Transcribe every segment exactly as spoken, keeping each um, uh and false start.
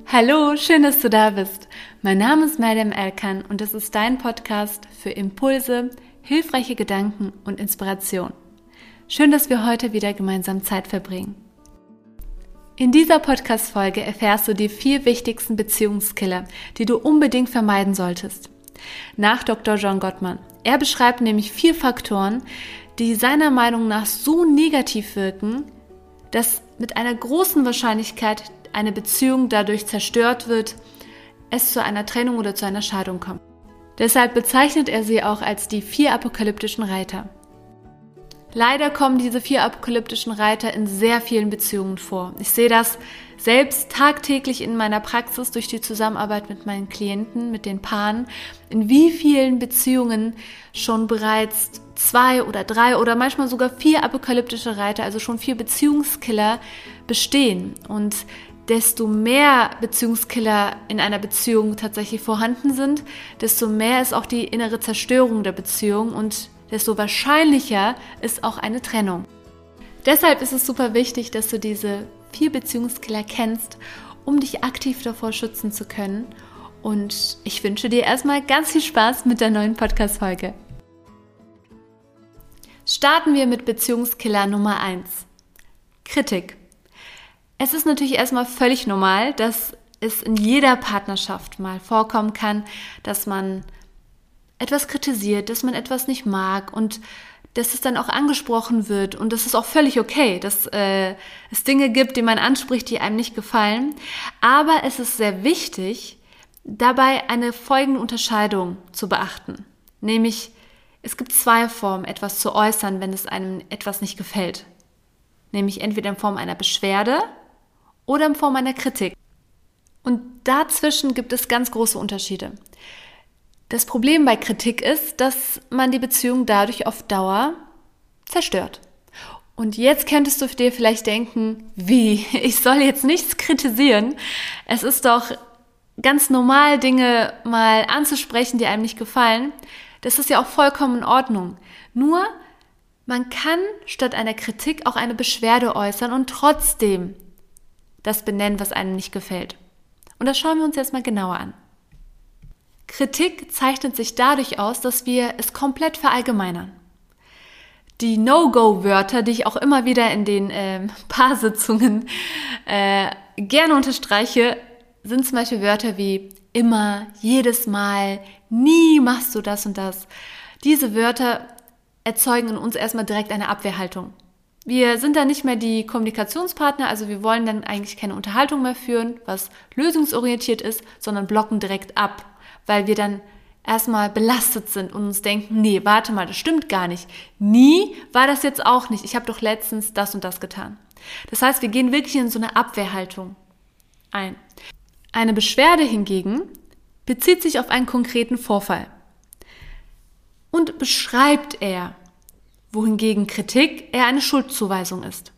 Hallo, schön, dass du da bist. Mein Name ist Meryem Erkan und das ist dein Podcast für Impulse, hilfreiche Gedanken und Inspiration. Schön, dass wir heute wieder gemeinsam Zeit verbringen. In dieser Podcast-Folge erfährst du die vier wichtigsten Beziehungskiller, die du unbedingt vermeiden solltest. Nach Doktor John Gottman. Er beschreibt nämlich vier Faktoren, die seiner Meinung nach so negativ wirken, dass mit einer großen Wahrscheinlichkeit eine Beziehung dadurch zerstört wird, es zu einer Trennung oder zu einer Scheidung kommt. Deshalb bezeichnet er sie auch als die vier apokalyptischen Reiter. Leider kommen diese vier apokalyptischen Reiter in sehr vielen Beziehungen vor. Ich sehe das selbst tagtäglich in meiner Praxis durch die Zusammenarbeit mit meinen Klienten, mit den Paaren, in wie vielen Beziehungen schon bereits zwei oder drei oder manchmal sogar vier apokalyptische Reiter, also schon vier Beziehungskiller bestehen. Und desto mehr Beziehungskiller in einer Beziehung tatsächlich vorhanden sind, desto mehr ist auch die innere Zerstörung der Beziehung und desto wahrscheinlicher ist auch eine Trennung. Deshalb ist es super wichtig, dass du diese vier Beziehungskiller kennst, um dich aktiv davor schützen zu können. Und ich wünsche dir erstmal ganz viel Spaß mit der neuen Podcast-Folge. Starten wir mit Beziehungskiller Nummer eins. Kritik. Es ist natürlich erstmal völlig normal, dass es in jeder Partnerschaft mal vorkommen kann, dass man etwas kritisiert, dass man etwas nicht mag und dass es dann auch angesprochen wird. Und das ist auch völlig okay, dass äh, es Dinge gibt, die man anspricht, die einem nicht gefallen. Aber es ist sehr wichtig, dabei eine folgende Unterscheidung zu beachten. Nämlich, es gibt zwei Formen, etwas zu äußern, wenn es einem etwas nicht gefällt. Nämlich entweder in Form einer Beschwerde oder in Form einer Kritik. Und dazwischen gibt es ganz große Unterschiede. Das Problem bei Kritik ist, dass man die Beziehung dadurch auf Dauer zerstört. Und jetzt könntest du dir vielleicht denken, wie, ich soll jetzt nichts kritisieren. Es ist doch ganz normal, Dinge mal anzusprechen, die einem nicht gefallen. Das ist ja auch vollkommen in Ordnung. Nur, man kann statt einer Kritik auch eine Beschwerde äußern und trotzdem das benennen, was einem nicht gefällt. Und das schauen wir uns jetzt mal genauer an. Kritik zeichnet sich dadurch aus, dass wir es komplett verallgemeinern. Die No-Go-Wörter, die ich auch immer wieder in den äh, Paarsitzungen äh, gerne unterstreiche, sind zum Beispiel Wörter wie immer, jedes Mal, nie machst du das und das. Diese Wörter erzeugen in uns erstmal direkt eine Abwehrhaltung. Wir sind dann nicht mehr die Kommunikationspartner, also wir wollen dann eigentlich keine Unterhaltung mehr führen, was lösungsorientiert ist, sondern blocken direkt ab, weil wir dann erstmal belastet sind und uns denken, nee, warte mal, das stimmt gar nicht. Nie war das jetzt auch nicht. Ich habe doch letztens das und das getan. Das heißt, wir gehen wirklich in so eine Abwehrhaltung ein. Eine Beschwerde hingegen bezieht sich auf einen konkreten Vorfall und beschreibt er, wohingegen Kritik eher eine Schuldzuweisung ist.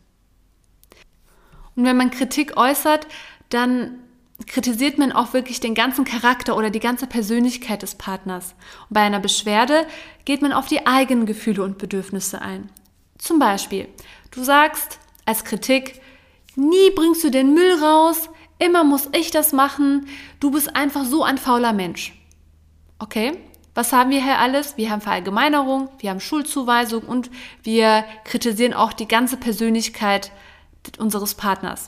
Und wenn man Kritik äußert, dann kritisiert man auch wirklich den ganzen Charakter oder die ganze Persönlichkeit des Partners. Und bei einer Beschwerde geht man auf die eigenen Gefühle und Bedürfnisse ein. Zum Beispiel, du sagst als Kritik, nie bringst du den Müll raus, immer muss ich das machen, du bist einfach so ein fauler Mensch. Okay? Was haben wir hier alles? Wir haben Verallgemeinerung, wir haben Schuldzuweisung und wir kritisieren auch die ganze Persönlichkeit unseres Partners.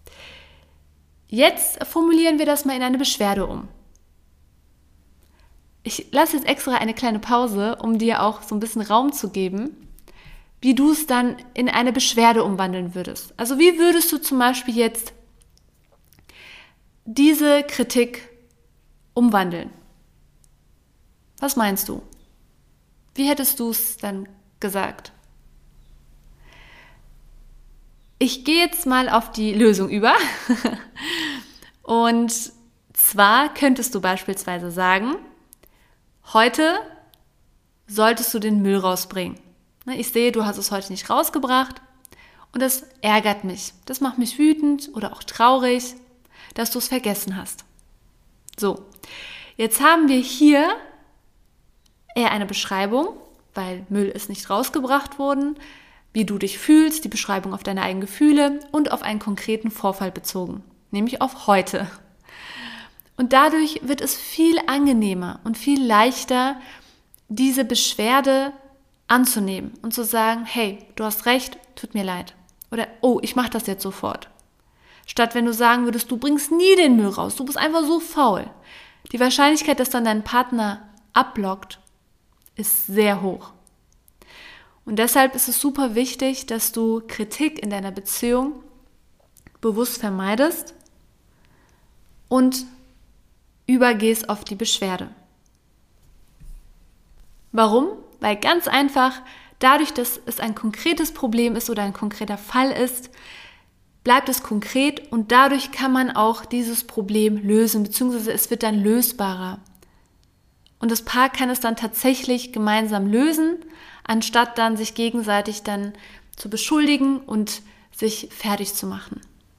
Jetzt formulieren wir das mal in eine Beschwerde um. Ich lasse jetzt extra eine kleine Pause, um dir auch so ein bisschen Raum zu geben, wie du es dann in eine Beschwerde umwandeln würdest. Also wie würdest du zum Beispiel jetzt diese Kritik umwandeln? Was meinst du? Wie hättest du es dann gesagt? Ich gehe jetzt mal auf die Lösung über. Und zwar könntest du beispielsweise sagen, heute solltest du den Müll rausbringen. Ich sehe, du hast es heute nicht rausgebracht und das ärgert mich. Das macht mich wütend oder auch traurig, dass du es vergessen hast. So, jetzt haben wir hier eher eine Beschreibung, weil Müll ist nicht rausgebracht worden, wie du dich fühlst, die Beschreibung auf deine eigenen Gefühle und auf einen konkreten Vorfall bezogen, nämlich auf heute. Und dadurch wird es viel angenehmer und viel leichter, diese Beschwerde anzunehmen und zu sagen, hey, du hast recht, tut mir leid. Oder, oh, ich mache das jetzt sofort. Statt wenn du sagen würdest, du bringst nie den Müll raus, du bist einfach so faul. Die Wahrscheinlichkeit, dass dann dein Partner abblockt, ist sehr hoch. Und deshalb ist es super wichtig, dass du Kritik in deiner Beziehung bewusst vermeidest und übergehst auf die Beschwerde. Warum? Weil ganz einfach, dadurch, dass es ein konkretes Problem ist oder ein konkreter Fall ist, bleibt es konkret und dadurch kann man auch dieses Problem lösen, beziehungsweise es wird dann lösbarer. Und das Paar kann es dann tatsächlich gemeinsam lösen, anstatt dann sich gegenseitig dann zu beschuldigen und sich fertig zu machen.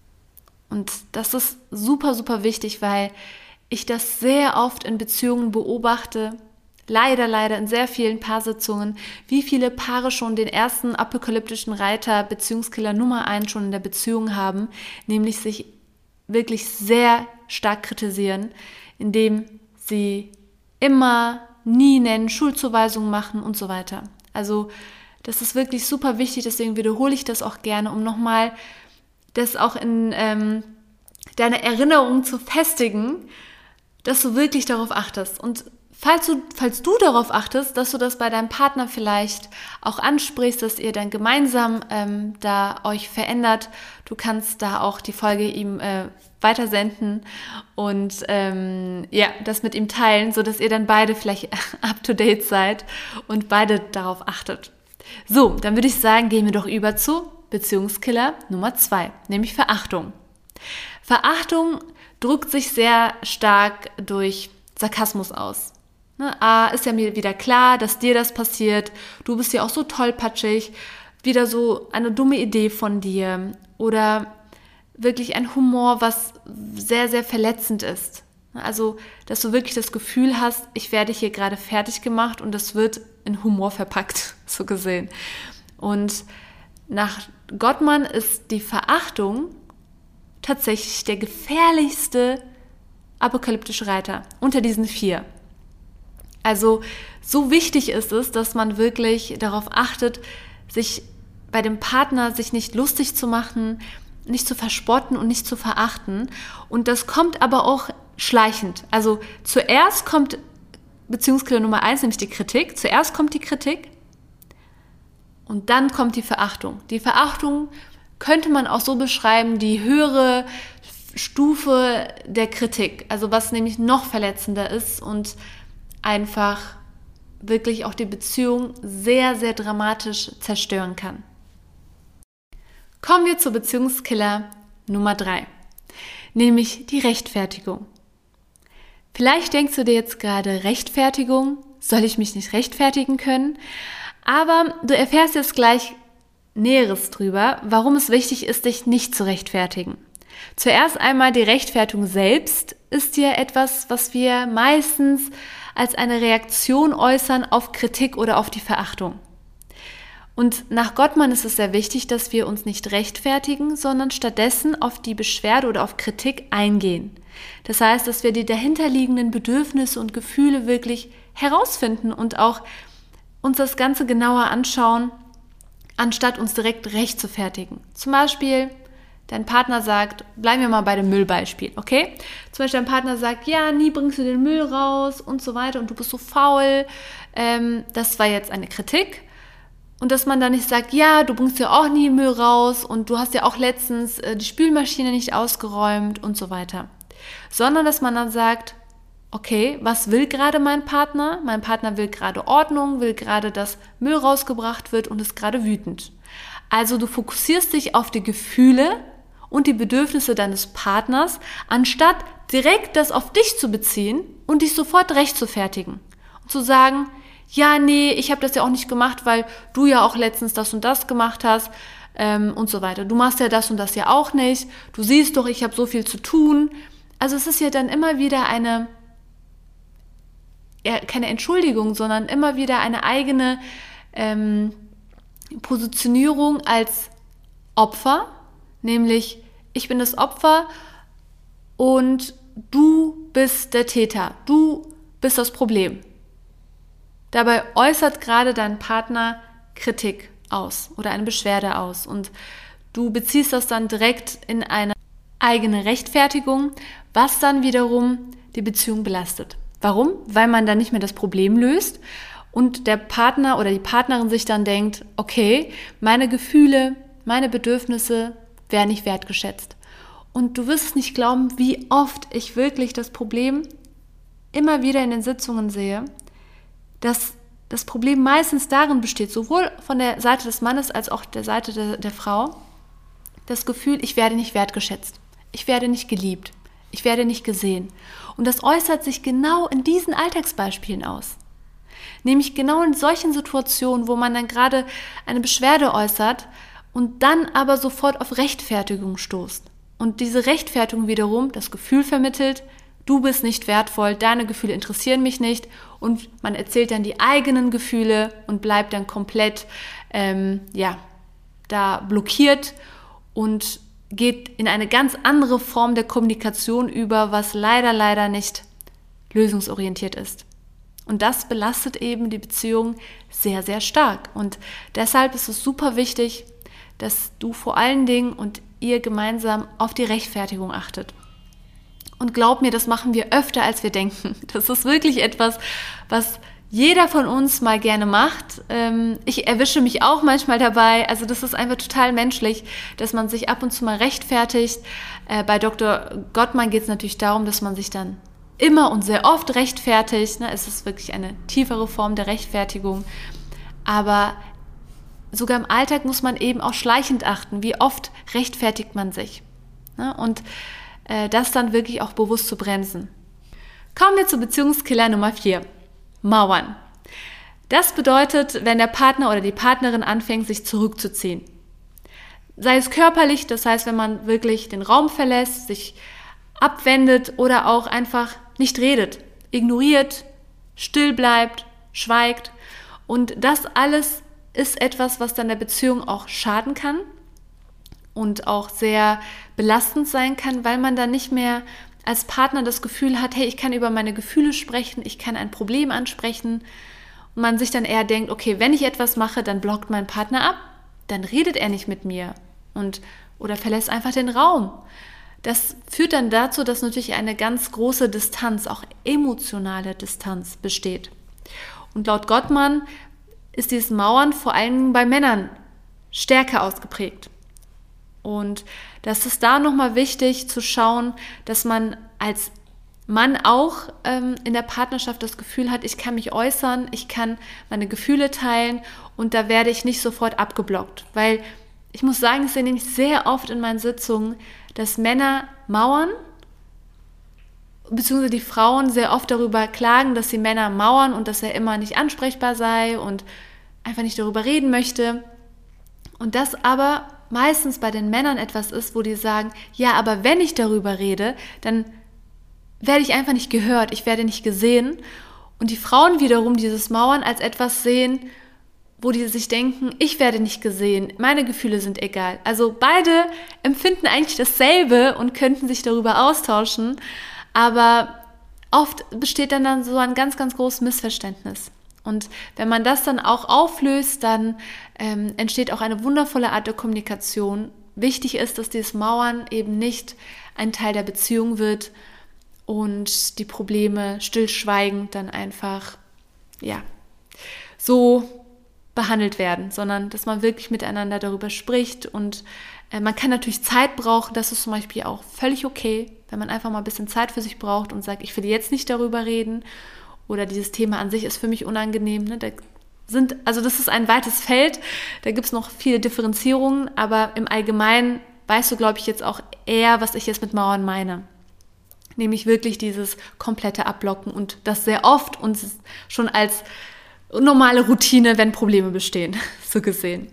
Und das ist super, super wichtig, weil ich das sehr oft in Beziehungen beobachte, leider, leider in sehr vielen Paarsitzungen, wie viele Paare schon den ersten apokalyptischen Reiter, Beziehungskiller Nummer eins schon in der Beziehung haben, nämlich sich wirklich sehr stark kritisieren, indem sie immer, nie nennen, Schuldzuweisungen machen und so weiter. Also das ist wirklich super wichtig, deswegen wiederhole ich das auch gerne, um nochmal das auch in ähm, deiner Erinnerung zu festigen, dass du wirklich darauf achtest. Und falls du, falls du darauf achtest, dass du das bei deinem Partner vielleicht auch ansprichst, dass ihr dann gemeinsam ähm, da euch verändert, du kannst da auch die Folge ihm äh, weitersenden und ähm, ja, das mit ihm teilen, sodass ihr dann beide vielleicht up to date seid und beide darauf achtet. So, dann würde ich sagen, gehen wir doch über zu Beziehungskiller Nummer zwei, nämlich Verachtung. Verachtung drückt sich sehr stark durch Sarkasmus aus. Ne, ah, ist ja mir wieder klar, dass dir das passiert, du bist ja auch so tollpatschig, wieder so eine dumme Idee von dir oder wirklich ein Humor, was sehr, sehr verletzend ist. Also, dass du wirklich das Gefühl hast, ich werde hier gerade fertig gemacht und das wird in Humor verpackt, so gesehen. Und nach Gottman ist die Verachtung tatsächlich der gefährlichste apokalyptische Reiter unter diesen vier. Also so wichtig ist es, dass man wirklich darauf achtet, sich bei dem Partner sich nicht lustig zu machen, nicht zu verspotten und nicht zu verachten. Und das kommt aber auch schleichend. Also zuerst kommt Beziehungskiller Nummer eins, nämlich die Kritik. Zuerst kommt die Kritik und dann kommt die Verachtung. Die Verachtung könnte man auch so beschreiben, die höhere Stufe der Kritik. Also was nämlich noch verletzender ist und einfach wirklich auch die Beziehung sehr, sehr dramatisch zerstören kann. Kommen wir zu Beziehungskiller Nummer drei, nämlich die Rechtfertigung. Vielleicht denkst du dir jetzt gerade, Rechtfertigung, soll ich mich nicht rechtfertigen können? Aber du erfährst jetzt gleich Näheres drüber, warum es wichtig ist, dich nicht zu rechtfertigen. Zuerst einmal die Rechtfertigung selbst ist ja etwas, was wir meistens als eine Reaktion äußern auf Kritik oder auf die Verachtung. Und nach Gottman ist es sehr wichtig, dass wir uns nicht rechtfertigen, sondern stattdessen auf die Beschwerde oder auf Kritik eingehen. Das heißt, dass wir die dahinterliegenden Bedürfnisse und Gefühle wirklich herausfinden und auch uns das Ganze genauer anschauen, anstatt uns direkt recht zu fertigen. Zum Beispiel, dein Partner sagt, bleiben wir mal bei dem Müllbeispiel, okay? Zum Beispiel dein Partner sagt, ja, nie bringst du den Müll raus und so weiter und du bist so faul. Ähm, das war jetzt eine Kritik. Und dass man dann nicht sagt, ja, du bringst ja auch nie Müll raus und du hast ja auch letztens äh, die Spülmaschine nicht ausgeräumt und so weiter. Sondern dass man dann sagt, okay, was will gerade mein Partner? Mein Partner will gerade Ordnung, will gerade, dass Müll rausgebracht wird und ist gerade wütend. Also du fokussierst dich auf die Gefühle und die Bedürfnisse deines Partners, anstatt direkt das auf dich zu beziehen und dich sofort rechtfertigen. Und zu sagen, ja, nee, ich habe das ja auch nicht gemacht, weil du ja auch letztens das und das gemacht hast ähm, und so weiter. Du machst ja das und das ja auch nicht. Du siehst doch, ich habe so viel zu tun. Also es ist ja dann immer wieder eine, ja, keine Entschuldigung, sondern immer wieder eine eigene ähm, Positionierung als Opfer, nämlich ich bin das Opfer und du bist der Täter, du bist das Problem. Dabei äußert gerade dein Partner Kritik aus oder eine Beschwerde aus und du beziehst das dann direkt in eine eigene Rechtfertigung, was dann wiederum die Beziehung belastet. Warum? Weil man dann nicht mehr das Problem löst und der Partner oder die Partnerin sich dann denkt, okay, meine Gefühle, meine Bedürfnisse werden nicht wertgeschätzt. Und du wirst es nicht glauben, wie oft ich wirklich das Problem immer wieder in den Sitzungen sehe, dass das Problem meistens darin besteht, sowohl von der Seite des Mannes als auch der Seite der, der Frau, das Gefühl, ich werde nicht wertgeschätzt, ich werde nicht geliebt, ich werde nicht gesehen. Und das äußert sich genau in diesen Alltagsbeispielen aus. Nämlich genau in solchen Situationen, wo man dann gerade eine Beschwerde äußert und dann aber sofort auf Rechtfertigung stoßt. Und diese Rechtfertigung wiederum das Gefühl vermittelt, du bist nicht wertvoll, deine Gefühle interessieren mich nicht und man erzählt dann die eigenen Gefühle und bleibt dann komplett ähm, ja, da blockiert und geht in eine ganz andere Form der Kommunikation über, was leider, leider nicht lösungsorientiert ist. Und das belastet eben die Beziehung sehr, sehr stark. Und deshalb ist es super wichtig, dass du vor allen Dingen und ihr gemeinsam auf die Rechtfertigung achtet. Und glaub mir, das machen wir öfter, als wir denken. Das ist wirklich etwas, was jeder von uns mal gerne macht. Ich erwische mich auch manchmal dabei. Also das ist einfach total menschlich, dass man sich ab und zu mal rechtfertigt. Bei Doktor Gottman geht es natürlich darum, dass man sich dann immer und sehr oft rechtfertigt. Es ist wirklich eine tiefere Form der Rechtfertigung. Aber sogar im Alltag muss man eben auch schleichend achten, wie oft rechtfertigt man sich. Und das dann wirklich auch bewusst zu bremsen. Kommen wir zu Beziehungskiller Nummer vier. Mauern. Das bedeutet, wenn der Partner oder die Partnerin anfängt, sich zurückzuziehen. Sei es körperlich, das heißt, wenn man wirklich den Raum verlässt, sich abwendet oder auch einfach nicht redet, ignoriert, still bleibt, schweigt. Und das alles ist etwas, was dann der Beziehung auch schaden kann und auch sehr belastend sein kann, weil man dann nicht mehr als Partner das Gefühl hat, hey, ich kann über meine Gefühle sprechen, ich kann ein Problem ansprechen und man sich dann eher denkt, okay, wenn ich etwas mache, dann blockt mein Partner ab, dann redet er nicht mit mir und oder verlässt einfach den Raum. Das führt dann dazu, dass natürlich eine ganz große Distanz, auch emotionale Distanz besteht. Und laut Gottman ist dieses Mauern vor allem bei Männern stärker ausgeprägt. Und das ist da nochmal wichtig zu schauen, dass man als Mann auch ähm, in der Partnerschaft das Gefühl hat, ich kann mich äußern, ich kann meine Gefühle teilen und da werde ich nicht sofort abgeblockt. Weil ich muss sagen, ich sehe nämlich sehr oft in meinen Sitzungen, dass Männer mauern, beziehungsweise die Frauen sehr oft darüber klagen, dass die Männer mauern und dass er immer nicht ansprechbar sei und einfach nicht darüber reden möchte. Und das aber meistens bei den Männern etwas ist, wo die sagen, ja, aber wenn ich darüber rede, dann werde ich einfach nicht gehört, ich werde nicht gesehen. Und die Frauen wiederum dieses Mauern als etwas sehen, wo die sich denken, ich werde nicht gesehen, meine Gefühle sind egal. Also beide empfinden eigentlich dasselbe und könnten sich darüber austauschen, aber oft besteht dann, dann so ein ganz, ganz großes Missverständnis. Und wenn man das dann auch auflöst, dann ähm, entsteht auch eine wundervolle Art der Kommunikation. Wichtig ist, dass dieses Mauern eben nicht ein Teil der Beziehung wird und die Probleme stillschweigend dann einfach, ja, so behandelt werden, sondern dass man wirklich miteinander darüber spricht und äh, man kann natürlich Zeit brauchen, das ist zum Beispiel auch völlig okay, wenn man einfach mal ein bisschen Zeit für sich braucht und sagt, ich will jetzt nicht darüber reden oder dieses Thema an sich ist für mich unangenehm. Ne? Da sind, also das ist ein weites Feld, da gibt es noch viele Differenzierungen, aber im Allgemeinen weißt du, glaube ich, jetzt auch eher, was ich jetzt mit Mauern meine. Nämlich wirklich dieses komplette Abblocken und das sehr oft und schon als normale Routine, wenn Probleme bestehen, so gesehen.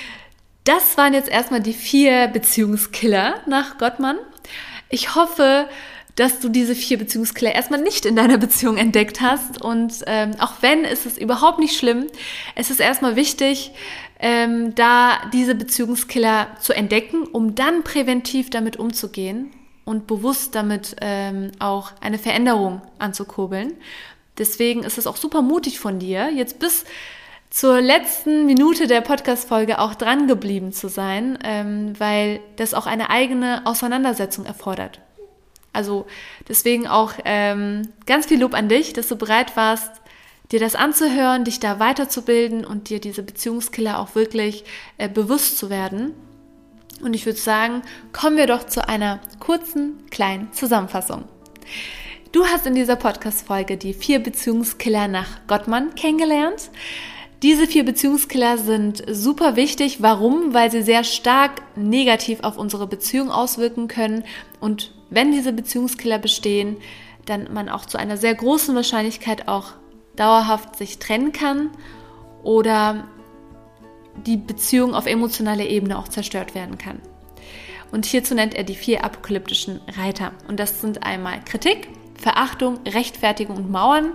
Das waren jetzt erstmal die vier Beziehungskiller nach Gottman. Ich hoffe, dass du diese vier Beziehungskiller erstmal nicht in deiner Beziehung entdeckt hast und ähm, auch wenn, ist es überhaupt nicht schlimm. Es ist erstmal wichtig, ähm, da diese Beziehungskiller zu entdecken, um dann präventiv damit umzugehen und bewusst damit ähm, auch eine Veränderung anzukurbeln. Deswegen ist es auch super mutig von dir, jetzt bis zur letzten Minute der Podcast-Folge auch dran geblieben zu sein, ähm, weil das auch eine eigene Auseinandersetzung erfordert. Also deswegen auch ähm, ganz viel Lob an dich, dass du bereit warst, dir das anzuhören, dich da weiterzubilden und dir diese Beziehungskiller auch wirklich äh, bewusst zu werden. Und ich würde sagen, kommen wir doch zu einer kurzen, kleinen Zusammenfassung. Du hast in dieser Podcast-Folge die vier Beziehungskiller nach Gottman kennengelernt. Diese vier Beziehungskiller sind super wichtig. Warum? Weil sie sehr stark negativ auf unsere Beziehung auswirken können. Und wenn diese Beziehungskiller bestehen, dann man auch zu einer sehr großen Wahrscheinlichkeit auch dauerhaft sich trennen kann oder die Beziehung auf emotionaler Ebene auch zerstört werden kann. Und hierzu nennt er die vier apokalyptischen Reiter. Und das sind einmal Kritik, Verachtung, Rechtfertigung und Mauern.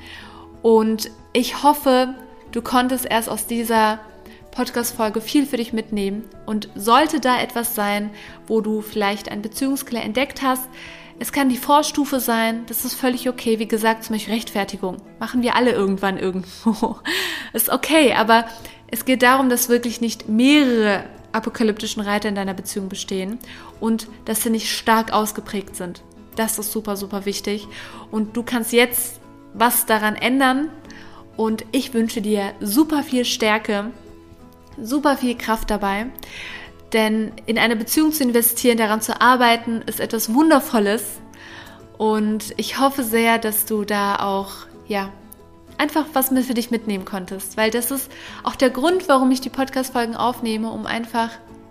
Und ich hoffe, du konntest erst aus dieser Podcast-Folge viel für dich mitnehmen. Und sollte da etwas sein, wo du vielleicht einen Beziehungskiller entdeckt hast, es kann die Vorstufe sein, das ist völlig okay. Wie gesagt, zum Beispiel Rechtfertigung. Machen wir alle irgendwann irgendwo. Ist okay, aber es geht darum, dass wirklich nicht mehrere apokalyptischen Reiter in deiner Beziehung bestehen und dass sie nicht stark ausgeprägt sind. Das ist super, super wichtig. Und du kannst jetzt was daran ändern. Und ich wünsche dir super viel Stärke, super viel Kraft dabei. Denn in eine Beziehung zu investieren, daran zu arbeiten, ist etwas Wundervolles. Und ich hoffe sehr, dass du da auch, ja, einfach was mit für dich mitnehmen konntest. Weil das ist auch der Grund, warum ich die Podcast-Folgen aufnehme, um einfach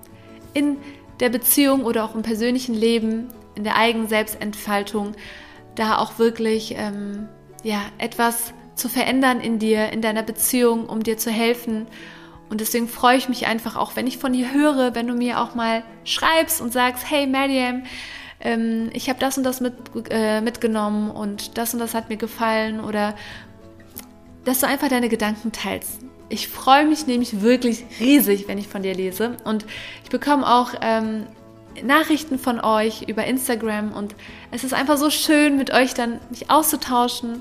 in der Beziehung oder auch im persönlichen Leben, in der eigenen Selbstentfaltung, da auch wirklich, ähm, ja, etwas zu verändern in dir, in deiner Beziehung, um dir zu helfen. Und deswegen freue ich mich einfach auch, wenn ich von dir höre, wenn du mir auch mal schreibst und sagst, hey Mariam, ähm, ich habe das und das mit, äh, mitgenommen und das und das hat mir gefallen, oder dass du einfach deine Gedanken teilst. Ich freue mich nämlich wirklich riesig, wenn ich von dir lese, und ich bekomme auch ähm, Nachrichten von euch über Instagram und es ist einfach so schön, mit euch dann mich auszutauschen.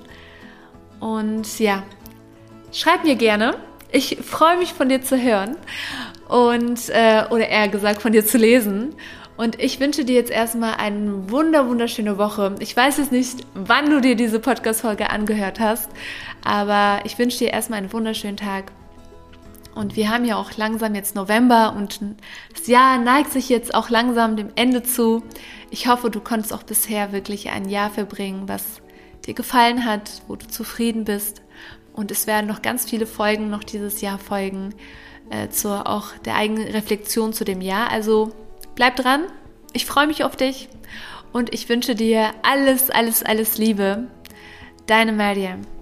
Und ja, schreib mir gerne. Ich freue mich, von dir zu hören und äh, oder eher gesagt, von dir zu lesen. Und ich wünsche dir jetzt erstmal eine wunder, wunderschöne Woche. Ich weiß jetzt nicht, wann du dir diese Podcast-Folge angehört hast, aber ich wünsche dir erstmal einen wunderschönen Tag. Und wir haben ja auch langsam jetzt November und das Jahr neigt sich jetzt auch langsam dem Ende zu. Ich hoffe, du konntest auch bisher wirklich ein Jahr verbringen, was dir gefallen hat, wo du zufrieden bist. Und es werden noch ganz viele Folgen noch dieses Jahr folgen, äh, zur auch der eigenen Reflexion zu dem Jahr. Also bleib dran, ich freue mich auf dich und ich wünsche dir alles, alles, alles Liebe. Deine Mariam.